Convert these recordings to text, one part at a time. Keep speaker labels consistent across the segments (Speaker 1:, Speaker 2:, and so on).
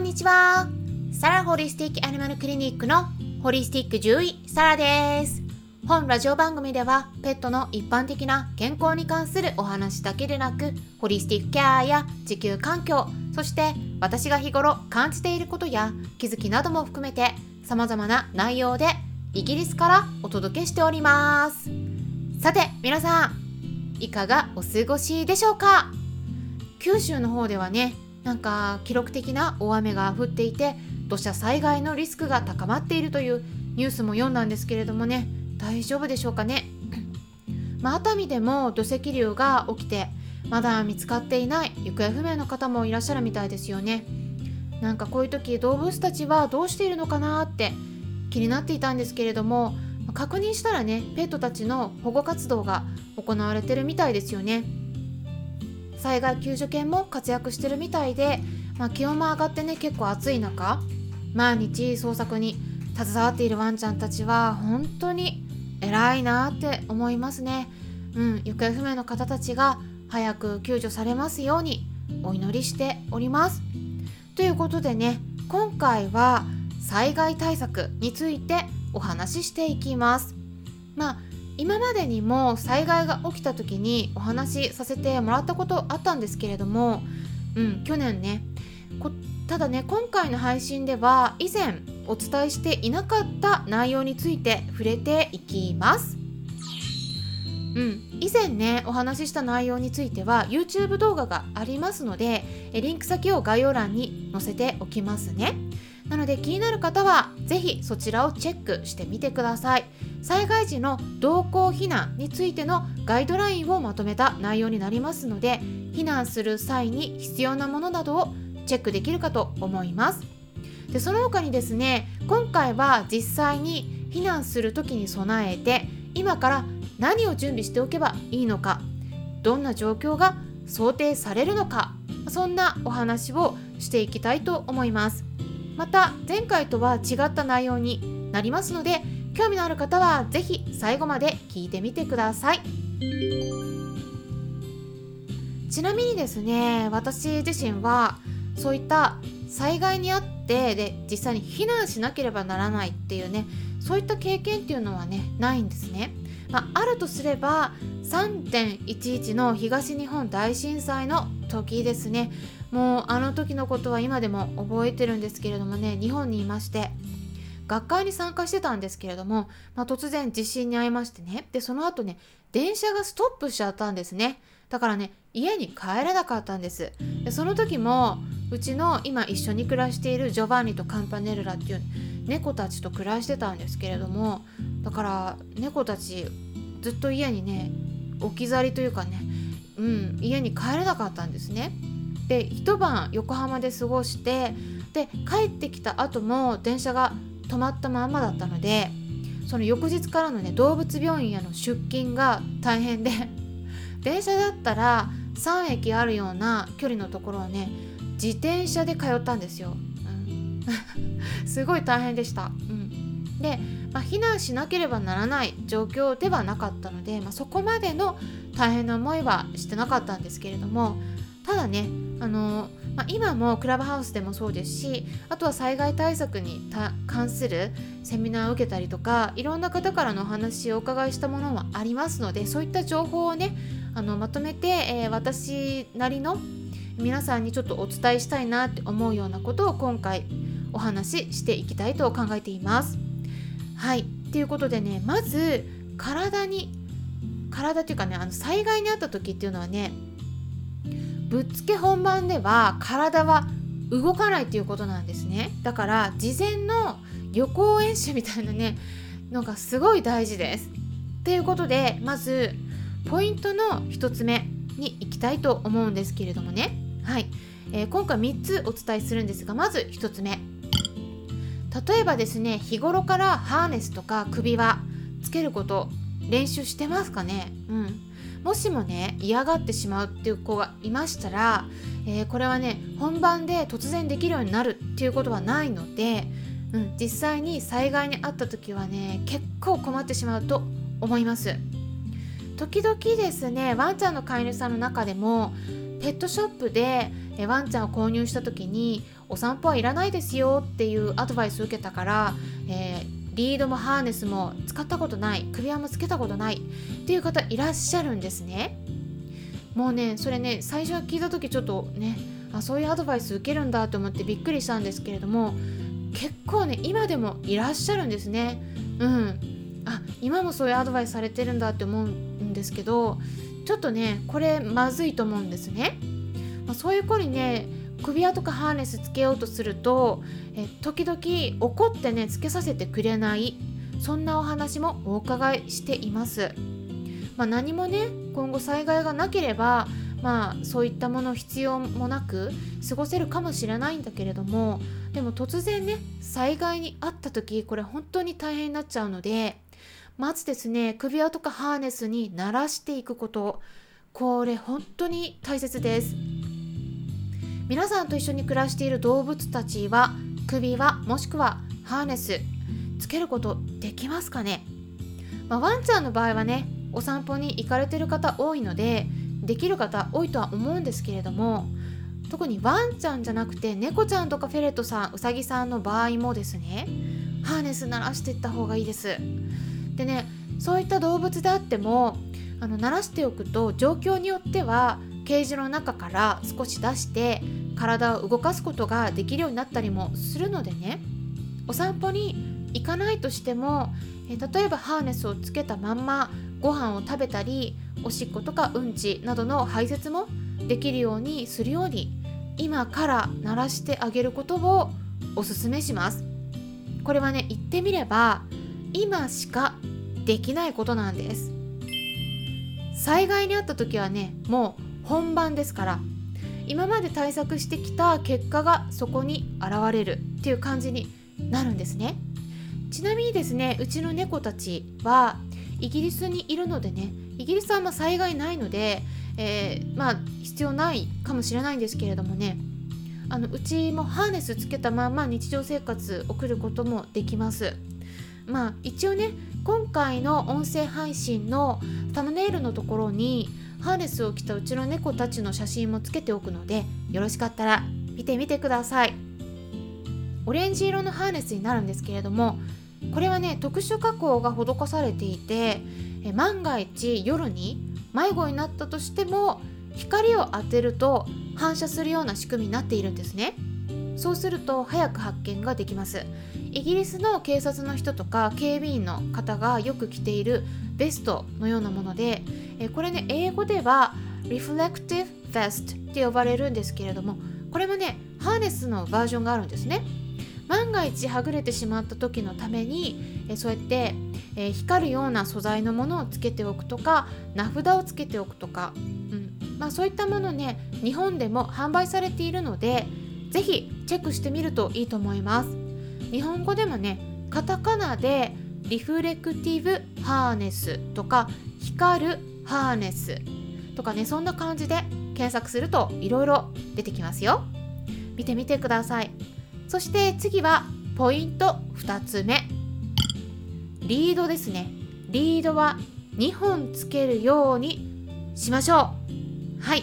Speaker 1: にちは。サラホリスティックアニマルクリニックのホリスティック獣医サラです。本ラジオ番組ではペットの一般的な健康に関するお話だけでなく、ホリスティックケアや地球環境、そして私が日頃感じていることや気づきなども含めて様々な内容でイギリスからお届けしております。さて皆さん、いかがお過ごしでしょうか。九州の方ではね、記録的な大雨が降っていて、土砂災害のリスクが高まっているというニュースも読んだんですけれどもね、大丈夫でしょうかね。熱海でも土石流が起きて、まだ見つかっていない行方不明の方もいらっしゃるみたいですよね。こういう時動物たちはどうしているのかなって気になっていたんですけれども、確認したらね、ペットたちの保護活動が行われてるみたいですよね。災害救助犬も活躍してるみたいで、気温も上がってね、結構暑い中毎日捜索に携わっているワンちゃんたちは本当に偉いなって思いますね。行方不明の方たちが早く救助されますようにお祈りしております。ということでね、今回は災害対策についてお話ししていきます。今までにも災害が起きた時にお話しさせてもらったことあったんですけれども、去年ね、ただね、今回の配信では以前お伝えしていなかった内容について触れていきます。以前ねお話しした内容については YouTube 動画がありますので、リンク先を概要欄に載せておきますね。なので気になる方はぜひそちらをチェックしてみてください。災害時の同行避難についてのガイドラインをまとめた内容になりますので、避難する際に必要なものなどをチェックできるかと思います。で、その他にですね、今回は実際に避難する時に備えて今から何を準備しておけばいいのか、どんな状況が想定されるのか、そんなお話をしていきたいと思います。また前回とは違った内容になりますので、興味のある方はぜひ最後まで聞いてみてください。ちなみにですね、私自身はそういった災害にあってで実際に避難しなければならないっていうね、そういった経験っていうのはね、ないんですね。あるとすれば 3.11 の東日本大震災の時ですね。もうあの時のことは今でも覚えてるんですけれどもね、日本にいまして学会に参加してたんですけれども、突然地震に遭いましてね。でその後ね、電車がストップしちゃったんですね。だからね、家に帰れなかったんです。でその時もうちの今一緒に暮らしているジョバンニとカンパネルラっていう猫たちと暮らしてたんですけれども、だから猫たちずっと家にね置き去りというかね、家に帰れなかったんですね。で一晩横浜で過ごして、で帰ってきた後も電車が止まったまんまだったので、その翌日からのね動物病院への出勤が大変で電車だったら3駅あるような距離のところをね自転車で通ったんですよ。すごい大変でした。で、避難しなければならない状況ではなかったので、そこまでの大変な思いはしてなかったんですけれども、ただね、今もクラブハウスでもそうですし、あとは災害対策に関するセミナーを受けたりとか、いろんな方からのお話をお伺いしたものもありますので、そういった情報をねまとめて、私なりの皆さんにちょっとお伝えしたいなって思うようなことを今回お話ししていきたいと考えています。はい、ということでね、まず体っていうかね、災害にあった時っていうのはね、ぶっつけ本番では体は動かないっていうことなんですね。だから事前の予行演習みたいなねのがすごい大事です。ということで、まずポイントの1つ目に行きたいと思うんですけれどもね、今回3つお伝えするんですが、まず1つ目、例えばですね、日頃からハーネスとか首輪つけること練習してますかね。もしもね嫌がってしまうっていう子がいましたら、これはね本番で突然できるようになるっていうことはないので、実際に災害に遭った時はね結構困ってしまうと思います。時々ですね、ワンちゃんの飼い主さんの中でもペットショップでワンちゃんを購入した時にお散歩はいらないですよっていうアドバイスを受けたから、リードもハーネスも使ったことない、首輪もつけたことないっていう方いらっしゃるんですね。もうねそれね最初聞いた時ちょっとねそういうアドバイス受けるんだと思ってびっくりしたんですけれども、結構ね今でもいらっしゃるんですね。今もそういうアドバイスされてるんだって思うんですけど、ちょっとねこれまずいと思うんですね。そういう子にね首輪とかハーネスつけようとすると時々怒ってねつけさせてくれない、そんなお話もお伺いしています。何もね今後災害がなければそういったもの必要もなく過ごせるかもしれないんだけれども、でも突然ね災害にあった時これ本当に大変になっちゃうので、まずですね首輪とかハーネスに慣らしていくこと、これ本当に大切です。皆さんと一緒に暮らしている動物たちは首輪もしくはハーネスつけることできますかね。ワンちゃんの場合はねお散歩に行かれてる方多いのでできる方多いとは思うんですけれども、特にワンちゃんじゃなくて猫ちゃんとかフェレットさん、ウサギさんの場合もですねハーネス鳴らしていった方がいいです。でねそういった動物であっても鳴らしておくと状況によってはケージの中から少し出して体を動かすことができるようになったりもするのでね、お散歩に行かないとしても例えばハーネスをつけたまんまご飯を食べたりおしっことかうんちなどの排泄もできるようにするように今から慣らしてあげることをおすすめします。これはね言ってみれば今しかできないことなんです。災害にあった時はねもう本番ですから、今まで対策してきた結果がそこに現れるっていう感じになるんですね。ちなみにですねうちの猫たちはイギリスにいるのでね、イギリスは災害ないので、必要ないかもしれないんですけれどもね、うちもハーネスつけたまま日常生活を送ることもできます。一応ね今回の音声配信のサムネイルのところにハーネスを着たうちの猫たちの写真もつけておくので、よろしかったら見てみてください。オレンジ色のハーネスになるんですけれども、これはね特殊加工が施されていて、万が一夜に迷子になったとしても光を当てると反射するような仕組みになっているんですね。そうすると早く発見ができます。イギリスの警察の人とか警備員の方がよく着ているベストのようなもので、これね英語では Reflective Vest って呼ばれるんですけれども、これもねハーネスのバージョンがあるんですね。万が一はぐれてしまった時のためにそうやって、光るような素材のものをつけておくとか、名札をつけておくとか、そういったものね日本でも販売されているのでぜひチェックしてみるといいと思います。日本語でもねカタカナでリフレクティブハーネスとか光るハーネスとかね、そんな感じで検索するといろいろ出てきますよ。見てみてください。そして次はポイント2つ目、リードですね。リードは2本つけるようにしましょう。はい、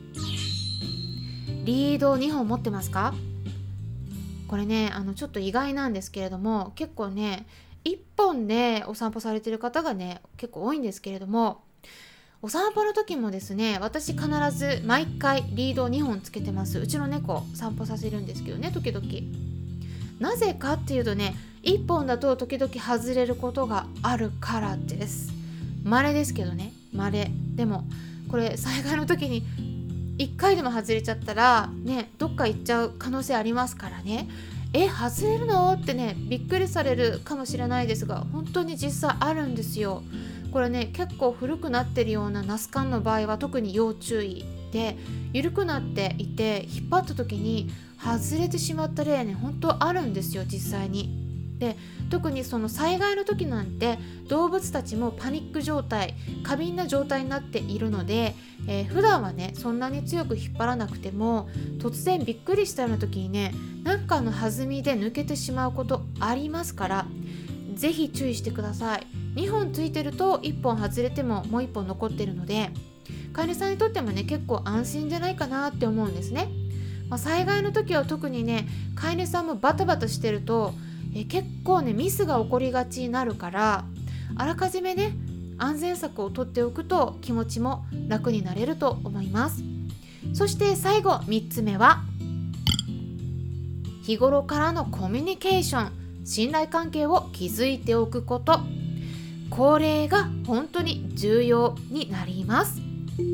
Speaker 1: リード2本持ってますか？これねちょっと意外なんですけれども、結構ね1本でお散歩されてる方がね結構多いんですけれども、お散歩の時もですね私必ず毎回リードを2本つけてます。うちの猫散歩させるんですけどね、時々。なぜかっていうとね1本だと時々外れることがあるからです。稀ですけどね、稀でもこれ災害の時に1回でも外れちゃったらねどっか行っちゃう可能性ありますからね。外れるのってねびっくりされるかもしれないですが、本当に実際あるんですよ。これね結構古くなってるようなナスカンの場合は特に要注意で、緩くなっていて引っ張った時に外れてしまった例ね本当あるんですよ実際に。で特にその災害の時なんて動物たちもパニック状態、過敏な状態になっているので、普段はねそんなに強く引っ張らなくても突然びっくりしたような時にねなんかの弾みで抜けてしまうことありますから、ぜひ注意してください。2本ついてると1本外れてももう1本残ってるので、飼い主さんにとってもね結構安心じゃないかなって思うんですね。 災害の時は特にね、飼い主さんもバタバタしてると結構ねミスが起こりがちになるから、あらかじめね安全策を取っておくと気持ちも楽になれると思います。そして最後3つ目は、日頃からのコミュニケーション、信頼関係を築いておくこと、これが本当に重要になります。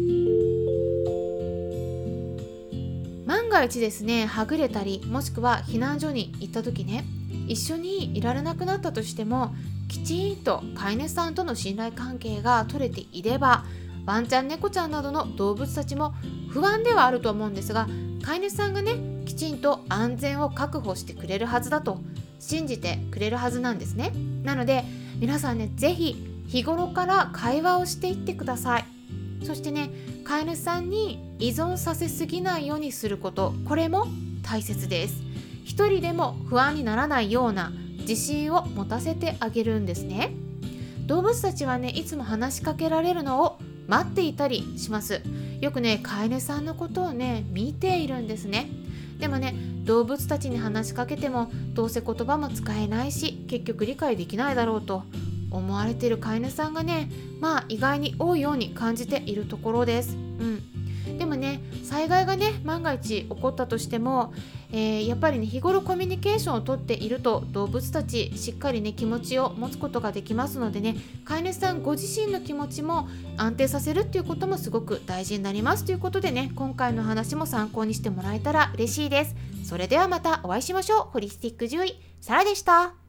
Speaker 1: 万が一ですね、はぐれたりもしくは避難所に行った時ね、一緒にいられなくなったとしても、きちんと飼い主さんとの信頼関係が取れていれば、ワンちゃん猫ちゃんなどの動物たちも不安ではあると思うんですが、飼い主さんがねきちんと安全を確保してくれるはずだと信じてくれるはずなんですね。なので皆さんね、ぜひ日頃から会話をしていってください。そしてね、飼い主さんに依存させすぎないようにすること、これも大切です。一人でも不安にならないような自信を持たせてあげるんですね。動物たちはね、いつも話しかけられるのを待っていたりします。よくね、飼い主さんのことをね見ているんですね。でもね、動物たちに話しかけてもどうせ言葉も使えないし、結局理解できないだろうと思われている飼い主さんがね、意外に多いように感じているところです。でもね、災害がね万が一起こったとしても、やっぱりね、日頃コミュニケーションをとっていると動物たちしっかりね気持ちを持つことができますのでね、飼い主さんご自身の気持ちも安定させるっていうこともすごく大事になりますということでね、今回の話も参考にしてもらえたら嬉しいです。それではまたお会いしましょう。ホリスティック獣医サラでした。